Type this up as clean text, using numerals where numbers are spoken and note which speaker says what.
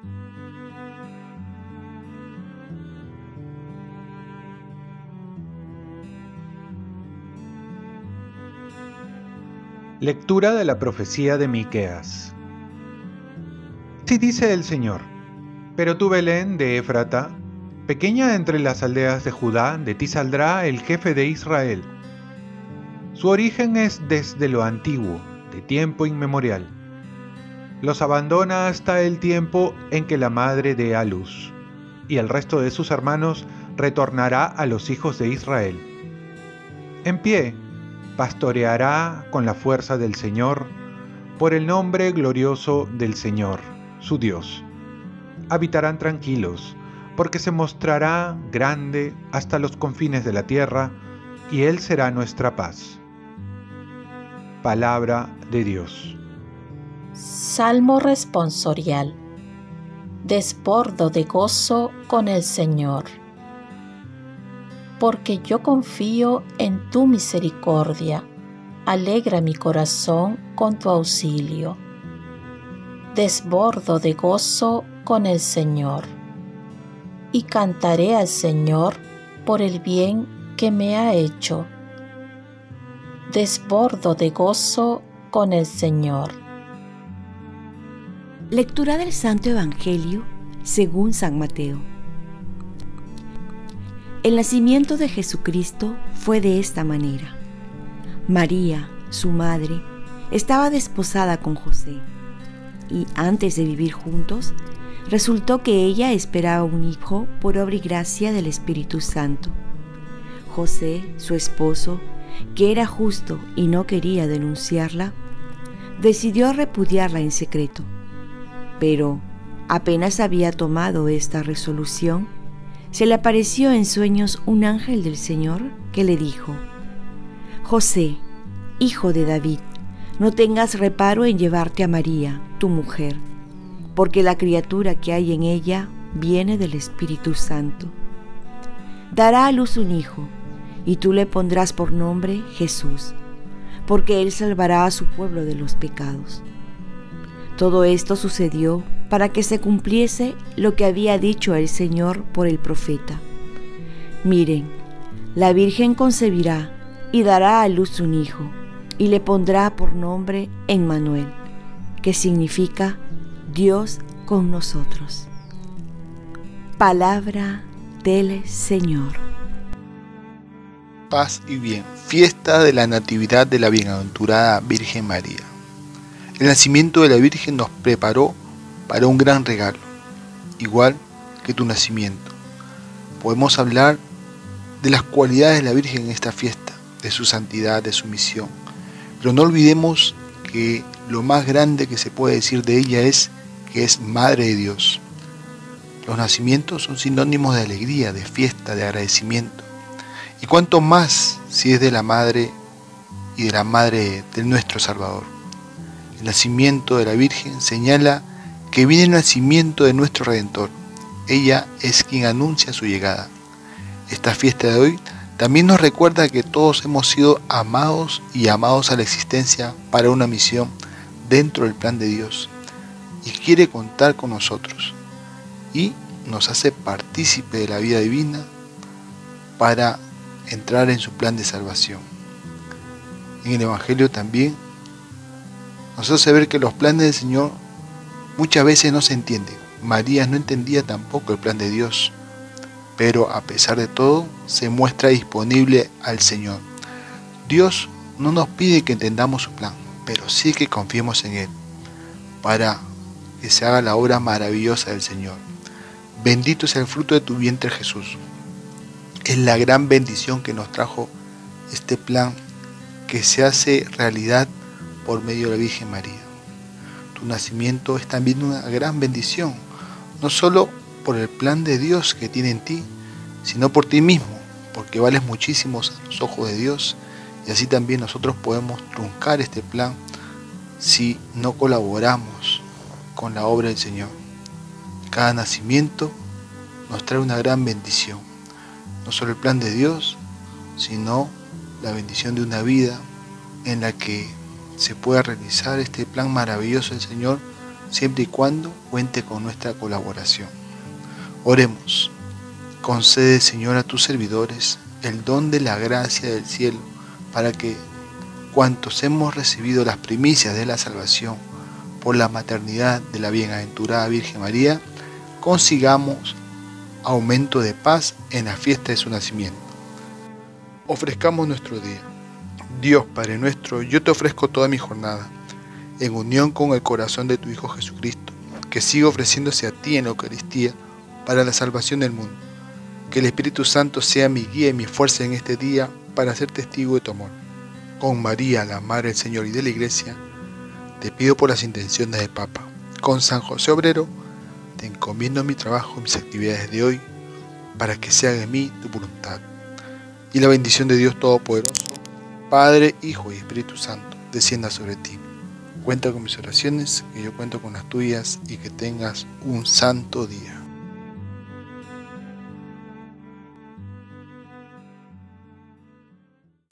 Speaker 1: Lectura de la profecía de Miqueas. Así dice el Señor: pero tú, Belén de Éfrata, pequeña entre las aldeas de Judá, de ti saldrá el jefe de Israel. Su origen es desde lo antiguo, de tiempo inmemorial. Los abandona hasta el tiempo en que la madre dé a luz, y el resto de sus hermanos retornará a los hijos de Israel. En pie, pastoreará con la fuerza del Señor, por el nombre glorioso del Señor, su Dios. Habitarán tranquilos, porque se mostrará grande hasta los confines de la tierra, y Él será nuestra paz. Palabra de Dios.
Speaker 2: Salmo responsorial. Desbordo de gozo con el Señor, porque yo confío en tu misericordia. Alegra mi corazón con tu auxilio. Desbordo de gozo con el Señor, y cantaré al Señor por el bien que me ha hecho. Desbordo de gozo con el Señor.
Speaker 3: Lectura del Santo Evangelio según San Mateo. El nacimiento de Jesucristo fue de esta manera. María, su madre, estaba desposada con José, y antes de vivir juntos, resultó que ella esperaba un hijo por obra y gracia del Espíritu Santo. José, su esposo, que era justo y no quería denunciarla, decidió repudiarla en secreto. Pero apenas había tomado esta resolución, se le apareció en sueños un ángel del Señor que le dijo: José, hijo de David, no tengas reparo en llevarte a María, tu mujer, porque la criatura que hay en ella viene del Espíritu Santo. Dará a luz un hijo, y tú le pondrás por nombre Jesús, porque él salvará a su pueblo de los pecados. Todo esto sucedió para que se cumpliese lo que había dicho el Señor por el profeta: miren, la Virgen concebirá y dará a luz un hijo, y le pondrá por nombre Emmanuel, que significa Dios con nosotros. Palabra del Señor.
Speaker 4: Paz y bien. Fiesta de la Natividad de la Bienaventurada Virgen María. El nacimiento de la Virgen nos preparó para un gran regalo, igual que tu nacimiento. Podemos hablar de las cualidades de la Virgen en esta fiesta, de su santidad, de su misión. Pero no olvidemos que lo más grande que se puede decir de ella es que es Madre de Dios. Los nacimientos son sinónimos de alegría, de fiesta, de agradecimiento. Y cuánto más si es de la Madre y de la Madre de nuestro Salvador. El nacimiento de la Virgen señala que viene el nacimiento de nuestro Redentor. Ella es quien anuncia su llegada. Esta fiesta de hoy también nos recuerda que todos hemos sido amados y llamados a la existencia para una misión dentro del plan de Dios, y quiere contar con nosotros, y nos hace partícipe de la vida divina para entrar en su plan de salvación. En el Evangelio también nos hace ver que los planes del Señor muchas veces no se entienden. María no entendía tampoco el plan de Dios, pero a pesar de todo se muestra disponible al Señor. Dios no nos pide que entendamos su plan, pero sí que confiemos en Él, para que se haga la obra maravillosa del Señor. Bendito sea el fruto de tu vientre, Jesús. Es la gran bendición que nos trajo este plan que se hace realidad por medio de la Virgen María. Tu nacimiento es también una gran bendición, no solo por el plan de Dios que tiene en ti, sino por ti mismo, porque vales muchísimo a los ojos de Dios, y así también nosotros podemos truncar este plan si no colaboramos con la obra del Señor. Cada nacimiento nos trae una gran bendición, no solo el plan de Dios, sino la bendición de una vida en la que se pueda realizar este plan maravilloso del Señor siempre y cuando cuente con nuestra colaboración. Oremos. Concede, Señor, a tus servidores el don de la gracia del cielo, para que, cuantos hemos recibido las primicias de la salvación por la maternidad de la bienaventurada Virgen María, consigamos aumento de paz en la fiesta de su nacimiento. Ofrezcamos nuestro día. Dios Padre nuestro, yo te ofrezco toda mi jornada, en unión con el corazón de tu Hijo Jesucristo, que sigue ofreciéndose a ti en la Eucaristía para la salvación del mundo. Que el Espíritu Santo sea mi guía y mi fuerza en este día para ser testigo de tu amor. Con María, la Madre del Señor y de la Iglesia, te pido por las intenciones del Papa. Con San José Obrero, te encomiendo mi trabajo y mis actividades de hoy, para que se haga en mí tu voluntad. Y la bendición de Dios Todopoderoso, Padre, Hijo y Espíritu Santo, descienda sobre ti. Cuenta con mis oraciones, que yo cuento con las tuyas, y que tengas un santo día.